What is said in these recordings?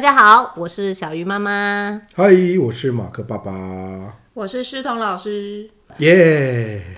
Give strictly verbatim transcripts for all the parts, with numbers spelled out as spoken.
家好，我是小鱼妈妈。 嗨，我是马克爸爸。 我是诗彤老师。 耶、yeah ！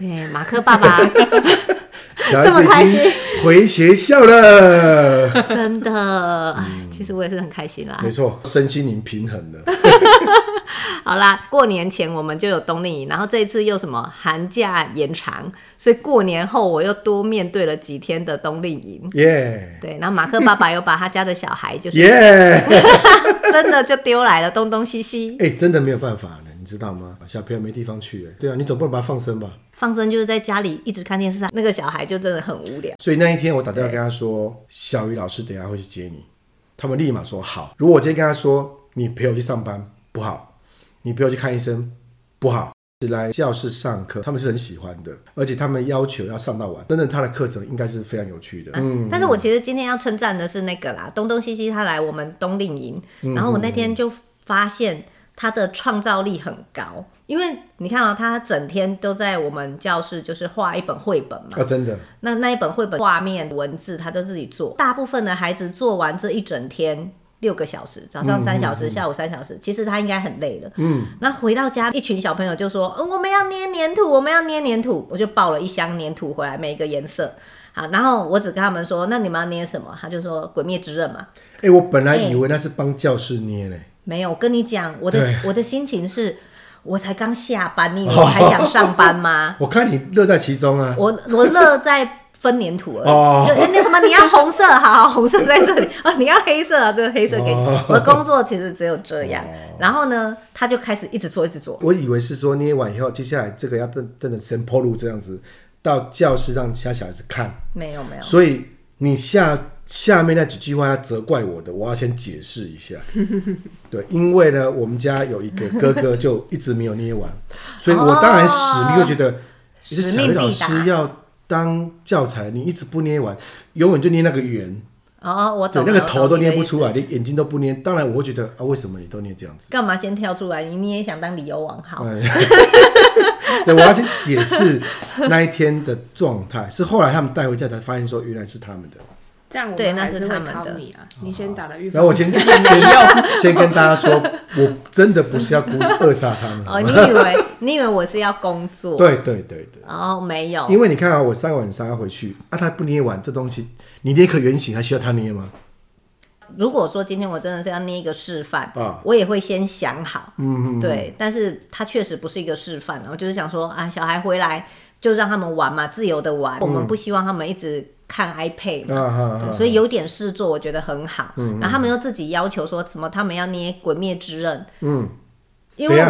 对，马克爸爸小孩子已经回学校了， 真的，哎，其实我也是很开心啦。 没错，身心灵平衡了。 好啦，过年前我们就有冬令营，然后这一次又什么寒假延长，所以过年后我又多面对了几天的冬令营。 耶、 yeah ！对，然后马克爸爸又把他家的小孩就是耶， 真的就丢来了，东东西西。 哎、欸，真的没有办法了，你知道吗？小朋友没地方去了，对啊，你总不能把他放生吧？ 放生就是在家里一直看电视，那个小孩就真的很无聊。 所以那一天我打电话跟他说，小鱼老师等一下会去接你，他们立马说好。如果我今天跟他说，你陪我去上班不好。你陪我去看医生不好，来教室上课他们是很喜欢的，而且他们要求要上到晚，真的他的课程应该是非常有趣的。 嗯，但是我其实今天要称赞的是那个啦，东东西西他来我们冬令营、嗯，然后我那天就发现他的创造力很高，因为你看啊、喔，他整天都在我们教室就是画一本绘本嘛， 啊，真的， 那那一本绘本画面文字他都自己做，大部分的孩子做完这一整天。六个小时，早上三小时、嗯嗯嗯，下午三小时，其实他应该很累了。嗯，那回到家，一群小朋友就说：“嗯、我们要捏黏土，我们要捏黏土。”我就抱了一箱黏土回来，每一个颜色。好，然后我只跟他们说：“那你们要捏什么？”他就说：“鬼灭之刃嘛。” 哎、欸，我本来以为那是帮教室捏嘞、欸， 没有。我跟你讲，我的我的心情是，我才刚下班，你以为我还想上班吗？ 我看你乐在其中啊。 我我乐在。分粘土而已， 哦、 就那什么，你要红色，好，好红色在这里哦，你要黑色啊，这个黑色给你。哦、我的工作其实只有这样，哦、然后呢，他就开始一直做，一直做。 我以为是说捏完以后，接下来这个要真的先抛入这样子到教室让其他小孩子看， 没有没有。 所以你下下面那几句话要责怪我的，我要先解释一下。对，因为呢，我们家有一个哥哥就一直没有捏完，所以我当然使命会觉得， 使命必达。 老师要。当教材你一直不捏完，永远就捏那个圆哦，我懂了， 对，那个头都捏不出来，连眼睛都不捏。当然我会觉得啊，为什么你都捏这样子？ 干嘛先跳出来？你也想当理由王好？ 对，我要先解释那一天的状态，是后来他们带回家才发现说，原来是他们的。 这样我们还是会考你啊！你先打了预防针， 然后我先先先跟大家说，我真的不是要故意扼杀他们。 哦，你以为你以为我是要工作？ 对对对对。 哦，没有。 因为你看啊，我三个晚上要回去啊，他不捏完这东西，你捏颗圆形还需要他捏吗？ 如果说今天我真的是要捏一个示范、啊，我也会先想好。嗯嗯。对，但是他确实不是一个示范，我就是想说啊，小孩回来就让他们玩嘛，自由的玩、嗯。我们不希望他们一直。看 iPad 嘛、啊啊，所以有点事做，我觉得很好。嗯、然后他们又自己要求说什么，他们要捏《鬼灭之刃》。嗯，因为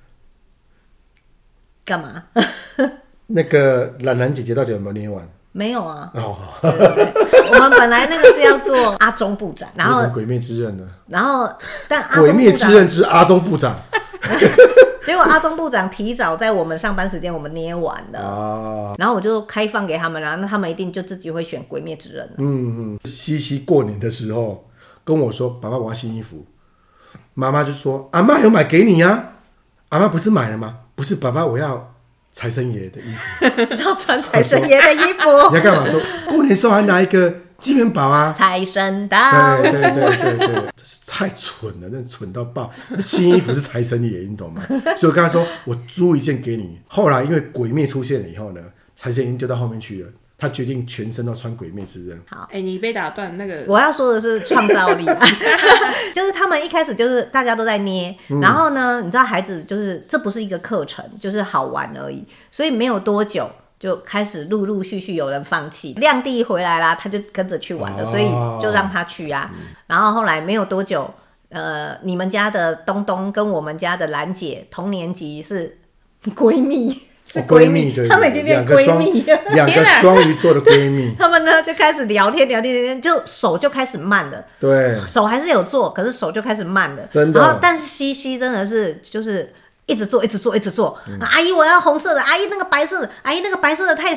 干嘛？ 那个懒懒姐姐到底有没有捏完？ 没有啊。 哦， 对对对，我们本来那个是要做阿中部长，然后 《鬼灭之刃》的。 然后，但阿 《鬼灭之刃》之阿中部长。 结果阿中部长提早在我们上班时间，我们捏完了、啊，然后我就开放给他们了，那他们一定就自己会选《鬼灭之刃》了。 嗯嗯，西西过年的时候跟我说：“爸爸，我要新衣服。”妈妈就说：“阿嬷有买给你啊。”阿嬷不是买了吗？不是，爸爸，我要财神爷的衣服。 要穿财神爷的衣服？ 你要干嘛？说过年时候还拿一个金元宝啊！ 财神到！ 对对对对对，这是太蠢了，那蠢到爆！那新衣服是财神爷，你懂吗？所以我跟他说，我租一件给你。后来因为鬼灭出现了以后呢，财神爷丢到后面去了。他决定全身都穿鬼灭之刃。 好， 哎、欸，你被打断那个， 我要说的是创造力啊，就是他们一开始就是大家都在捏，嗯、然后呢，你知道孩子就是这不是一个课程，就是好玩而已，所以没有多久。就开始陆陆续续有人放弃，亮弟回来啦，他就跟着去玩了、哦，所以就让他去啊、嗯。然后后来没有多久，呃，你们家的东东跟我们家的兰姐同年级是闺蜜，是闺蜜， 哦、对对对， 他们已经变闺蜜了， 两个双鱼座的闺蜜。 他们呢就开始聊天聊天聊天，就手就开始慢了。 对， 手还是有做，可是手就开始慢了。 真的。 然后但是西西真的是就是。一直做，一直做，一直做、嗯。阿姨，我要红色的。阿姨，那个白色的。阿姨，那个白色的太少。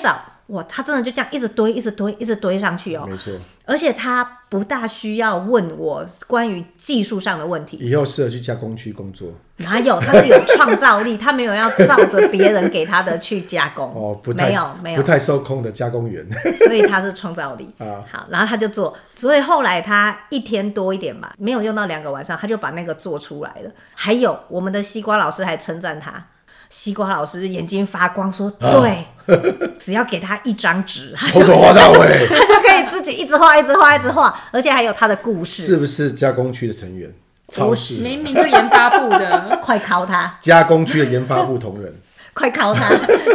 哇，他真的就这样一直堆一直堆一直堆上去哦， 没错， 而且他不大需要问我关于技术上的问题， 以后适合去加工区工作。 哪有？他是有创造力，他没有要照着别人给他的去加工。 哦，不太没有没有， 不太受控的加工员。 所以他是创造力啊。 好，然后他就做，所以后来他一天多一点吧，没有用到两个晚上，他就把那个做出来了。还有我们的西瓜老师还称赞他，西瓜老师眼睛发光说：“啊、对，只要给他一张纸， 从头画到尾， 他就可以自己一直画、一直画、一直画，而且还有他的故事。” 是不是加工区的成员？超市明明就研发部的， 快考他！ 加工区的研发部同仁， 快考他！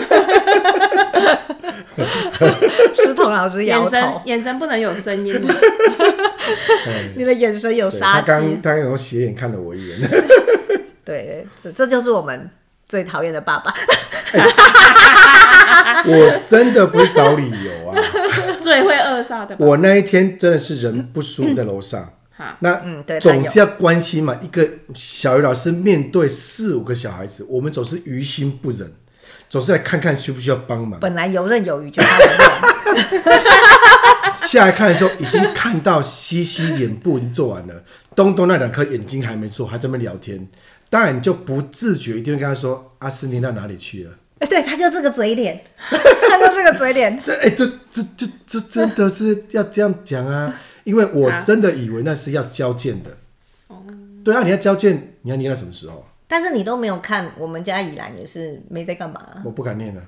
师彤老师摇头， 眼神眼神不能有声音了。 你的眼神有杀气。 他刚刚用斜眼看了我一眼。 对，这就是我们最讨厌的爸爸。 我真的不是找理由啊， 最会扼杀的。 我那一天真的是人不舒服在楼上。那、 嗯、对总是要关心嘛。一个小鱼老师面对四五个小孩子，我们总是于心不忍，总是来看看需不需要帮忙。 本来游刃有余就他的任。 下来看的时候，已经看到西西脸部已经做完了，东东那两颗眼睛还没做，还在那边聊天。当然你就不自觉一定会跟他说：“阿斯，你到哪里去了？” 欸、对，他就这个嘴脸，他就这个嘴脸。 这哎、欸，这这这这真的是要这样讲啊！因为我真的以为那是要交件的。哦、啊，对啊，你要交件，你要念到什么时候？ 但是你都没有看，我们家宜兰也是没在干嘛、啊。 我不敢念了，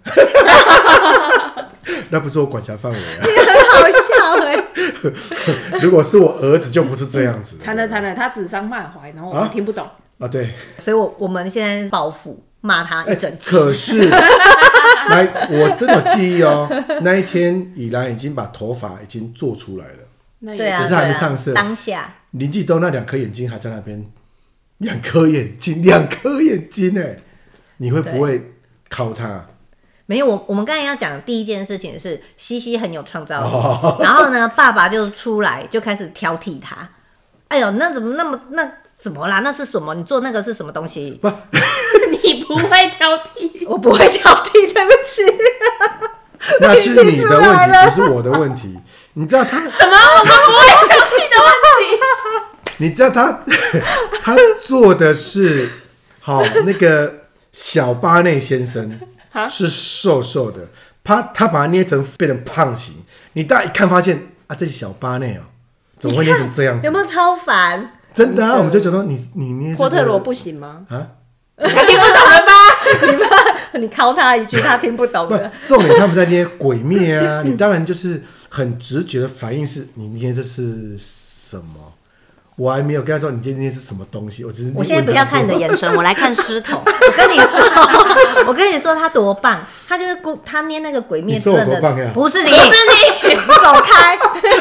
那不是我管辖范围啊。 你很好笑哎、 欸！如果是我儿子，就不是这样子。 惨了惨了，他指桑骂槐，然后我们听不懂。 啊，对。 所以我我们现在报复。骂他一整期、 欸，可是，来，我真的有记忆哦。那一天，以兰已经把头发已经做出来了， 对啊， 只是还没上色。 啊、当下， 林继东那两颗眼睛还在那边，两颗眼睛，两颗眼睛哎，你会不会靠他？ 没有，我我们刚才要讲的第一件事情是西西很有创造力，哦、然后呢，爸爸就出来就开始挑剔他。哎呦，那怎么那么那怎么啦？那是什么？你做那个是什么东西？ 不。 你不会挑剔， 我不会挑剔，对不起。 那是你的问题，不是我的问题。你知道他什么？我们不会挑剔的问题。 你知道他他做的是好那个小巴内先生是瘦瘦的，他他把它捏成变成胖型。你大家一看发现啊，这是小巴内哦，怎么会捏成这样子？ 有没有超烦？ 真的啊，我们就觉得你你捏波特罗不行吗？ 啊？ 他听不懂了吧？ 你怕你敲他一句，他听不懂的。 重点他们在捏鬼灭啊，你当然就是很直觉的反应是，你捏这是什么？我还没有跟他说你今天捏是什么东西，我只是我现在不要看你的眼神，我来看狮头。我跟你说，我跟你说他多棒，他就是他捏那个鬼灭之刃的，不是你，不是你，走开。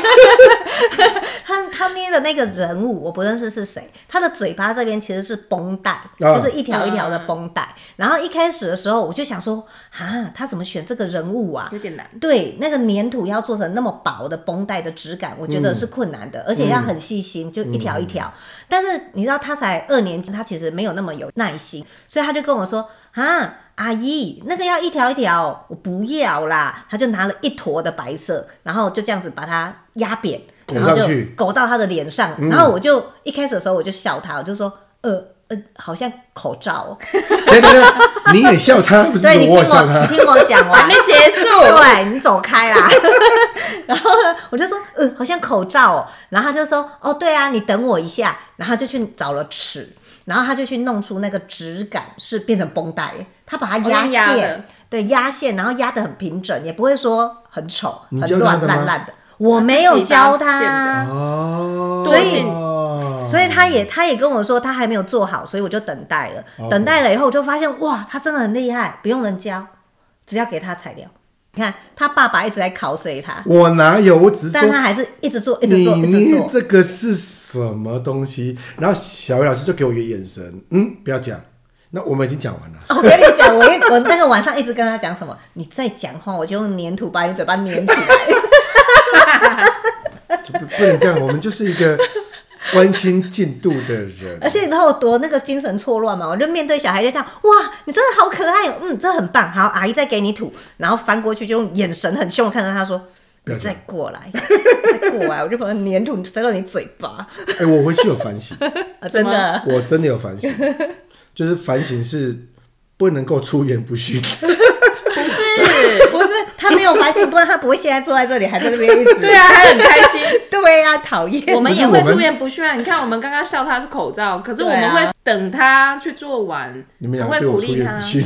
他他捏的那个人物我不认识是谁，他的嘴巴这边其实是绷带，啊、就是一条一条的绷带。然后一开始的时候我就想说，啊，他怎么选这个人物啊？ 有点难。 对，那个粘土要做成那么薄的绷带的质感，我觉得是困难的，嗯、而且要很细心，就一条一条。嗯、但是你知道他才二年级，他其实没有那么有耐心，所以他就跟我说，啊。阿姨，那个要一条一条，我不要啦。他就拿了一坨的白色，然后就这样子把它压扁，然后就勾到他的脸上。嗯、然后我就一开始的时候我就笑他，我就说，呃呃，好像口罩、喔。 对对对，你也笑他，不是我也笑他。 你听我讲完， 还没结束， 对你走开啦。然后呢，我就说，呃，好像口罩哦、喔。然后他就说，哦，对啊，你等我一下。然后他就去找了尺。然后他就去弄出那个质感是变成绷带，他把它压线，哦、对，压线，然后压得很平整，也不会说很丑、很乱烂烂的。我没有教他， 哦， 所以所以他也他也跟我说他还没有做好，所以我就等待了。哦、等待了以后，我就发现哇，他真的很厉害，不用人教，只要给他材料。你看他爸爸一直在考谁他， 我哪有？我只是说， 但他还是一直做，一直做，一直做。 你这个是什么东西？然后小鱼老师就给我一个眼神，嗯，不要讲。那我们已经讲完了。 我跟你讲，我我那个晚上一直跟他讲什么，你再讲话，我就用粘土把你嘴巴粘起来。 不不能这样，我们就是一个关心进度的人。 而且你知道我多那个精神错乱嘛？我就面对小孩就这样，哇，你真的好可爱哦，嗯，这很棒。好，阿姨再给你土，然后翻过去就用眼神很凶看着他说。你再过来，再过来，我就把粘土塞到你嘴巴。 哎、欸，我回去有反省， 啊、真的， 我真的有反省，就是反省是不能够出言不逊。 不是， 不是，他没有反省，不然他不会现在坐在这里，还在那边一直。 对啊，还很开心。 对啊，讨厌。 我们也会出言不逊啊！你看，我们刚刚笑他是口罩，可是我们会等他去做完， 你们两个对我出言不逊。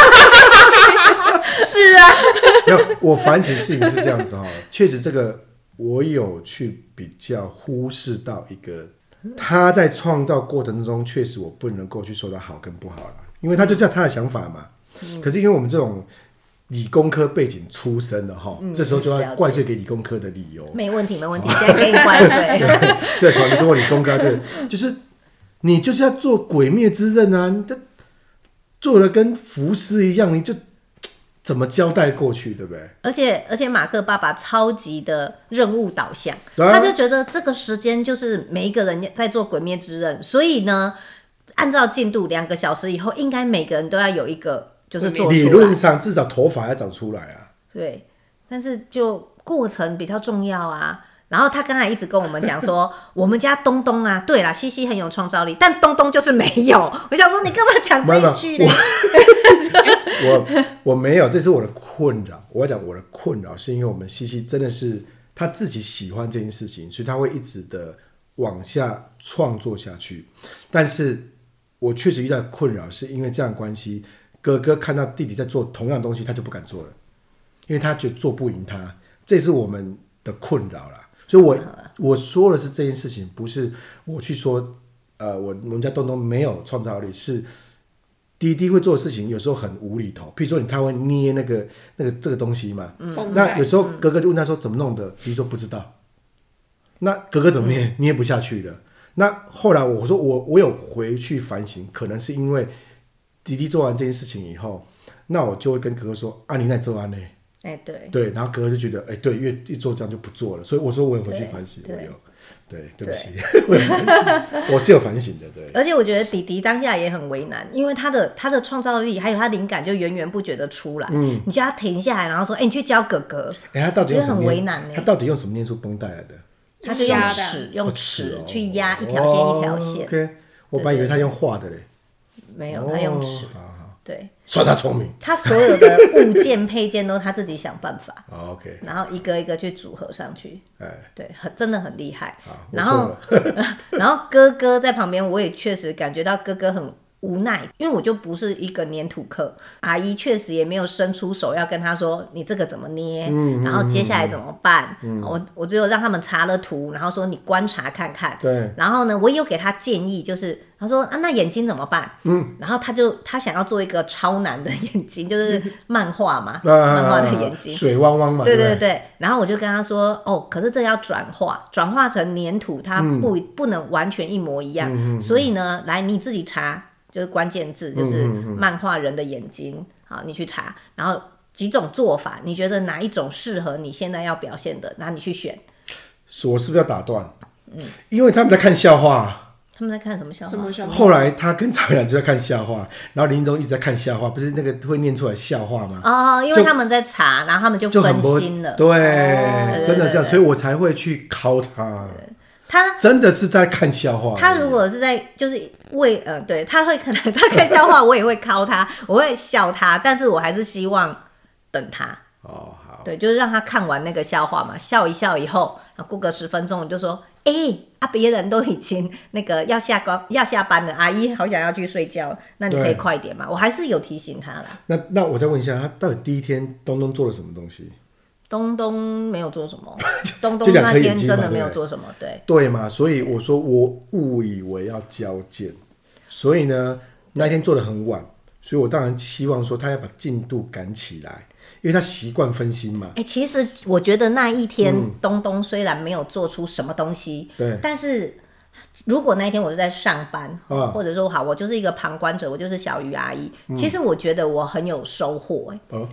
是啊， 没有，我反省事情是这样子哈，确实这个我有去比较忽视到一个，他在创造过程中，确实我不能够去说他好跟不好啦，因为他就这样他的想法嘛。嗯、可是因为我们这种理工科背景出身的哈，嗯、这时候就要怪罪给理工科的理由。 没问题，没问题，现在给你怪罪。 是啊，传统理工科对，就是你就是要做鬼灭之刃啊，你做的跟福斯一样，你就。怎么交代过去，对不对？ 而且而且，马克爸爸超级的任务导向，啊、他就觉得这个时间就是每一个人在做《鬼灭之刃》，所以呢，按照进度，两个小时以后，应该每个人都要有一个就是做出来。 理论上至少头发要长出来啊。 对，但是就过程比较重要啊。然后他刚才一直跟我们讲说，我们家东东啊，对啦，西西很有创造力，但东东就是没有。我想说，你干嘛讲这一句呢？ 我我没有，这是我的困扰。我要讲我的困扰，是因为我们西西真的是他自己喜欢这件事情，所以他会一直的往下创作下去。但是我确实遇到困扰，是因为这样的关系，哥哥看到弟弟在做同样的东西，他就不敢做了，因为他觉得做不赢他，这是我们的困扰啦。所以我我说的是这件事情，不是我去说，呃，我我们家东东没有创造力，是弟弟会做的事情有时候很无厘头。譬如说你他会捏那个那个这个东西嘛，嗯、那有时候哥哥就问他说怎么弄的，弟弟说不知道，那哥哥怎么捏、嗯、捏不下去了。那后来我说我我有回去反省，可能是因为弟弟做完这件事情以后，那我就会跟哥哥说啊，你那做完呢？ 哎、欸，对对，然后哥哥就觉得，哎，对，越越做这样就不做了，所以我说我有回去反省，我有，对，对不起，我有反省，我是有反省的，对。 而且我觉得弟弟当下也很为难，因为他的他的创造力还有他灵感就源源不绝的出来，嗯，你叫他停下来，然后说，哎，你去教哥哥， 哎，他到底用什么？ 很为难呢？ 他到底用什么捏出绷带来的？ 他是用尺，用尺去压一条线一条线。 OK， 我本来以为他用画的嘞， 没有，他用尺。对， 算他聪明。 他所有的物件配件都他自己想办法。 oh, OK， 然后一个一个去组合上去。哎，对，很真的很厉害。然后， 然后哥哥在旁边，我也确实感觉到哥哥很无奈，因为我就不是一个粘土客，阿姨确实也没有伸出手要跟他说你这个怎么捏，嗯、然后接下来怎么办。嗯、我我只有让他们查了图，然后说你观察看看。 对。 然后呢，我也有给他建议，就是他说啊，那眼睛怎么办？嗯。然后他就他想要做一个超难的眼睛，就是漫画嘛，漫画的眼睛， 水汪汪嘛。 对对 对, 对。然后我就跟他说，哦，可是这要转化，转化成粘土，它不、嗯、不能完全一模一样，嗯、所以呢，来你自己查。就是关键字，就是漫画人的眼睛，嗯、好，你去查，然后几种做法，你觉得哪一种适合你现在要表现的，那你去选。 我是不是要打断？嗯，因为他们在看笑话。 他们在看什么笑话？什么笑话？ 后来他跟曹冉就在看笑话，然后林东一直在看笑话，不是那个会念出来笑话吗？ 哦，因为他们在查，然后他们就分心了。 对，哦、真的这样，所以我才会去考他。 他真的是在看笑话。 他如果是在就是为呃，对，他会可能他看笑话，我也会考他，我会笑他，但是我还是希望等他。 哦，好。 对，就是让他看完那个笑话嘛，笑一笑以后，然后过个十分钟，我就说，哎、欸、啊，别人都已经那个要下班要下班了，阿姨好想要去睡觉，那你可以快一点嘛。我还是有提醒他啦。 那那我再问一下，他到底第一天东东做了什么东西？ 东东没有做什么，东东那天真的没有做什么，对对嘛？所以我说我误以为要交件，所以呢那一天做得很晚，所以我当然希望说他要把进度赶起来，因为他习惯分心嘛。 哎、欸，其实我觉得那一天、嗯、东东虽然没有做出什么东西， 对， 但是如果那一天我是在上班，啊、或者说好，我就是一个旁观者，我就是小鱼阿姨，嗯、其实我觉得我很有收获、欸，哎、哦。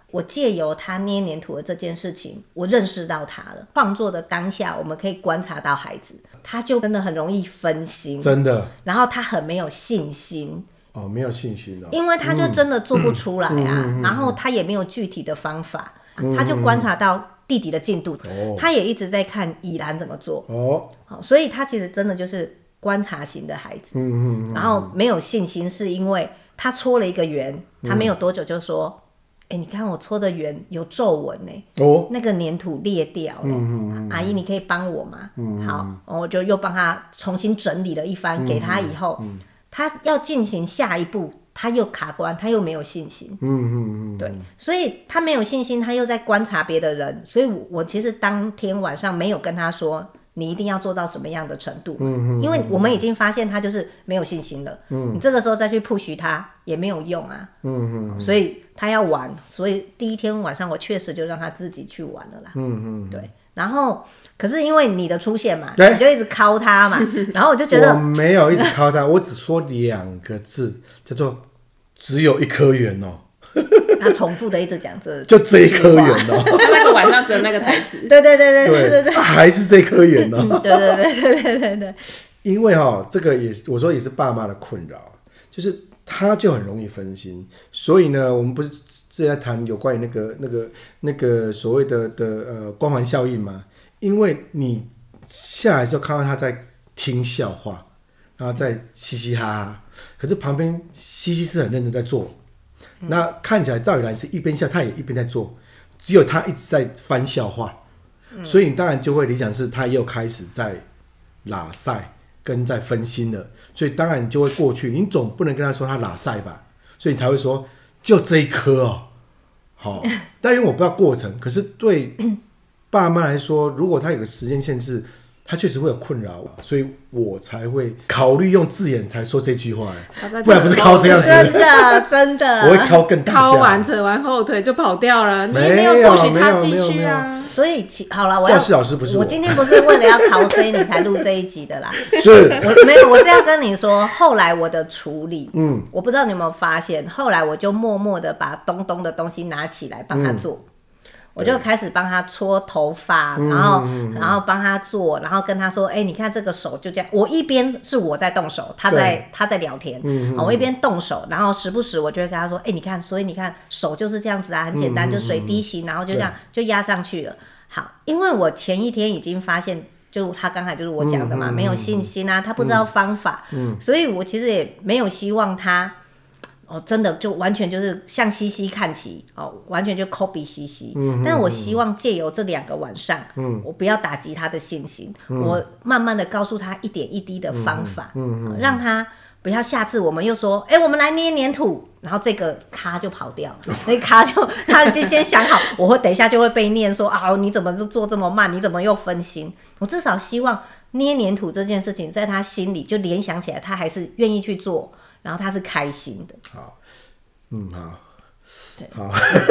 我借由他捏黏土的这件事情，我认识到他了。创作的当下，我们可以观察到孩子，他就真的很容易分心， 真的。 然后他很没有信心。 哦，没有信心哦， 因为他就真的做不出来啊，嗯嗯嗯、然后他也没有具体的方法，嗯、他就观察到弟弟的进度，哦、他也一直在看以兰怎么做。哦，所以他其实真的就是观察型的孩子。嗯嗯嗯、然后没有信心，是因为他戳了一个圆，他没有多久就说：“哎、嗯欸，你看我戳的圆有皱纹呢，哦，那个黏土裂掉了。嗯嗯嗯、阿姨，你可以帮我吗？”嗯、好，我就又帮他重新整理了一番，嗯、给他以后。嗯他要进行下一步，他又卡关，他又没有信心。嗯嗯嗯，对，所以他没有信心，他又在观察别的人。所以我，我其实当天晚上没有跟他说，你一定要做到什么样的程度。嗯嗯，因为我们已经发现他就是没有信心了。嗯，你这个时候再去 push 他也没有用啊。嗯嗯，所以他要玩，所以第一天晚上我确实就让他自己去玩了啦。嗯嗯，对。然后，可是因为你的出现嘛，你就一直敲他嘛，然后我就觉得我没有一直敲他，我只说两个字，叫做只有一颗圆哦。 他重复的一直讲这， 就这一颗圆哦。 他那个晚上只有那个台词。 对对对对对对对， 还是这颗圆哦。 对对对对对对对。 因为哈、哦，这个也我说也是爸妈的困扰，就是他就很容易分心，所以呢，我们不是之前在谈有关于那个那个那个所谓的的呃光环效应吗？因为你下来之后看到他在听笑话，然后在嘻嘻哈哈，可是旁边西西是很认真在做，嗯、那看起来赵雨兰是一边笑，他也一边在做，只有他一直在翻笑话，嗯、所以你当然就会理想是他又开始在拉赛跟在分心了，所以当然你就会过去，你总不能跟他说他拉赛吧，所以你才会说就这一颗哦，好，但因为我不知道过程，可是对爸妈来说，如果他有个时间限制，他确实会有困扰，所以我才会考虑用字眼才说这句话，不然不是敲这样子， 真的真的， 我会敲更大下， 敲完扯完后腿就跑掉了，你没有或许他继续啊。 所以好了，我要教室老师不是我， 我今天不是为了要考 C 你才录这一集的啦， 是我没有，我是要跟你说，后来我的处理，嗯，我不知道你有没有发现，后来我就默默的把东东的东西拿起来帮他做。嗯，我就开始帮他搓头发，然后、嗯、然后帮他做，然后跟他说：“哎、欸，你看这个手就这样。”我一边是我在动手，他在他在聊天、嗯，我一边动手，然后时不时我就会跟他说：“哎、欸，你看，所以你看手就是这样子啊，很简单，嗯、就水滴形，然后就这样就压上去了。”好，因为我前一天已经发现，就他刚才就是我讲的嘛、嗯，没有信心啊，他不知道方法，嗯、所以我其实也没有希望他。哦，真的就完全就是向西西看齐哦，完全就 copy 西西。嗯，但我希望借由这两个晚上，嗯，我不要打击他的信心，嗯、我慢慢的告诉他一点一滴的方法，嗯，嗯让他不要下次我们又说，哎、欸，我们来捏黏土，然后这个咖就跑掉，那咖就他就先想好，我会等一下就会被念说啊，你怎么做这么慢，你怎么又分心？我至少希望捏黏土这件事情在他心里就联想起来，他还是愿意去做。然后他是开心的。 好，嗯，好， 对， 好，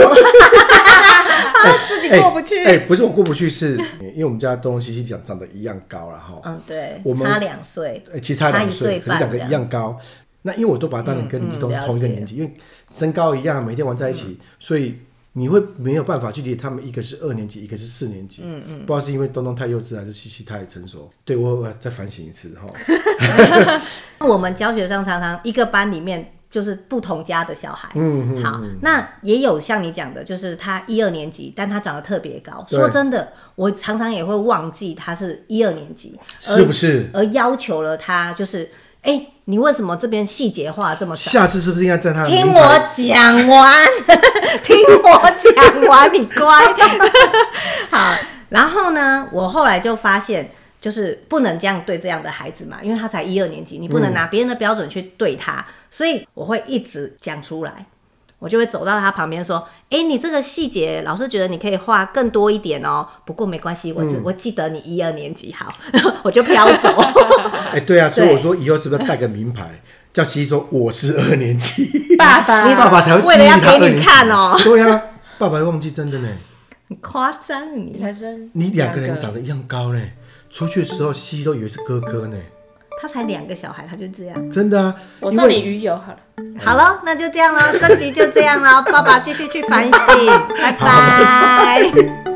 自己过不去。 哎、欸欸，不是我过不去，是因为我们家东东西西长长得一样高了哈。 嗯，对，我们差两岁， 哎、欸，其实差两岁，可是两个一样高。那因为我都把它当成跟你都是同一个年纪、嗯嗯，因为身高一样，每天玩在一起，嗯、所以你会没有办法去理解他们，一个是二年级，一个是四年级。嗯嗯，不知道是因为东东太幼稚，还是西西太成熟。对，我我再反省一次哈。 我们教学上常常一个班里面就是不同家的小孩，嗯，好，那也有像你讲的，就是他一二年级，但他长得特别高。说真的，我常常也会忘记他是一二年级， 是不是？ 而要求了他，就是哎、欸，你为什么这边细节画这么少？ 下次是不是应该在他听我讲完，听我讲完，你乖。好，然后呢，我后来就发现。就是不能这样对这样的孩子嘛，因为他才一二年级，你不能拿别人的标准去对他、嗯，所以我会一直讲出来，我就会走到他旁边说：“哎、欸，你这个细节，老师觉得你可以画更多一点哦。不过没关系，我、嗯、我记得你一二年级好，然后我就飘走。 哎、欸，对啊，所以我说以后是不是要带个名牌，叫西西说我是二年级， 爸爸， 你爸爸才会为了要给你看哦。 对啊，爸爸会忘记真的呢， 你夸张你才生你两个人长得一样高呢。出去的时候，西西都以为是哥哥呢。 他才两个小孩，他就这样。 真的啊， 我送你鱼油好了。 好了，那就这样了，这集就这样了，爸爸继续去反省，拜拜。